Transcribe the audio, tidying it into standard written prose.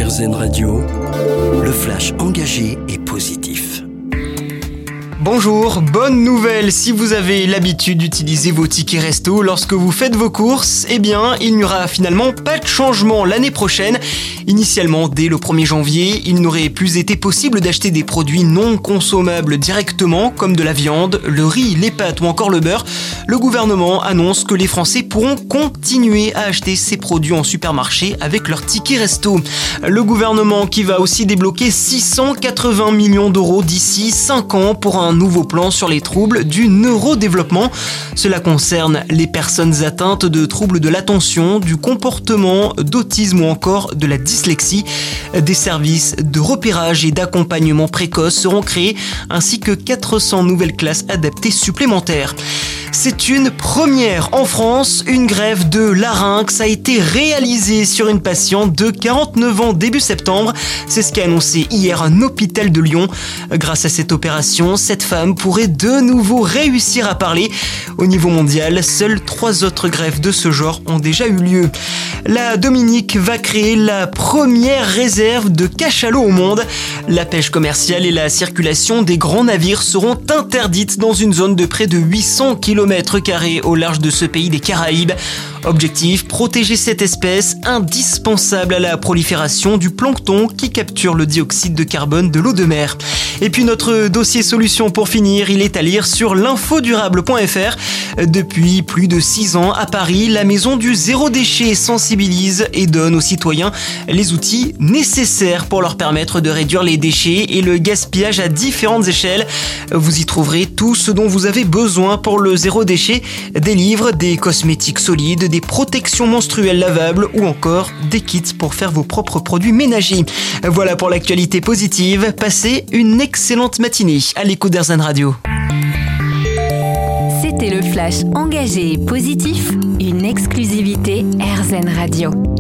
RZN Radio, le flash engagé et positif. Bonjour, bonne nouvelle, si vous avez l'habitude d'utiliser vos tickets resto lorsque vous faites vos courses, eh bien, il n'y aura finalement pas de changement l'année prochaine. Initialement, dès le 1er janvier, il n'aurait plus été possible d'acheter des produits non consommables directement, comme de la viande, le riz, les pâtes ou encore le beurre. Le gouvernement annonce que les Français pourront continuer à acheter ces produits en supermarché avec leur ticket resto. Le gouvernement qui va aussi débloquer 680 millions d'euros d'ici 5 ans pour un nouveau plan sur les troubles du neurodéveloppement. Cela concerne les personnes atteintes de troubles de l'attention, du comportement, d'autisme ou encore de la dyslexie. Des services de repérage et d'accompagnement précoce seront créés ainsi que 400 nouvelles classes adaptées supplémentaires. C'est une première en France, une greffe de larynx a été réalisée sur une patiente de 49 ans début septembre. C'est ce qu'a annoncé hier un hôpital de Lyon. Grâce à cette opération, cette femme pourrait de nouveau réussir à parler. Au niveau mondial, seules 3 autres greffes de ce genre ont déjà eu lieu. La Dominique va créer la première réserve de cachalot au monde. La pêche commerciale et la circulation des grands navires seront interdites dans une zone de près de 800 km² au large de ce pays des Caraïbes. Objectif, protéger cette espèce indispensable à la prolifération du plancton qui capture le dioxyde de carbone de l'eau de mer. Et puis notre dossier solution pour finir, il est à lire sur l'infodurable.fr. Depuis plus de 6 ans à Paris, la maison du zéro déchet sensibilise et donne aux citoyens les outils nécessaires pour leur permettre de réduire les déchets et le gaspillage à différentes échelles. Vous y trouverez tout ce dont vous avez besoin pour le zéro déchet, des livres, des cosmétiques solides, des protections menstruelles lavables ou encore des kits pour faire vos propres produits ménagers. Voilà pour l'actualité positive. Passez une excellente matinée à l'écoute d'RZN Radio. C'était le flash engagé et positif, une exclusivité RZN Radio.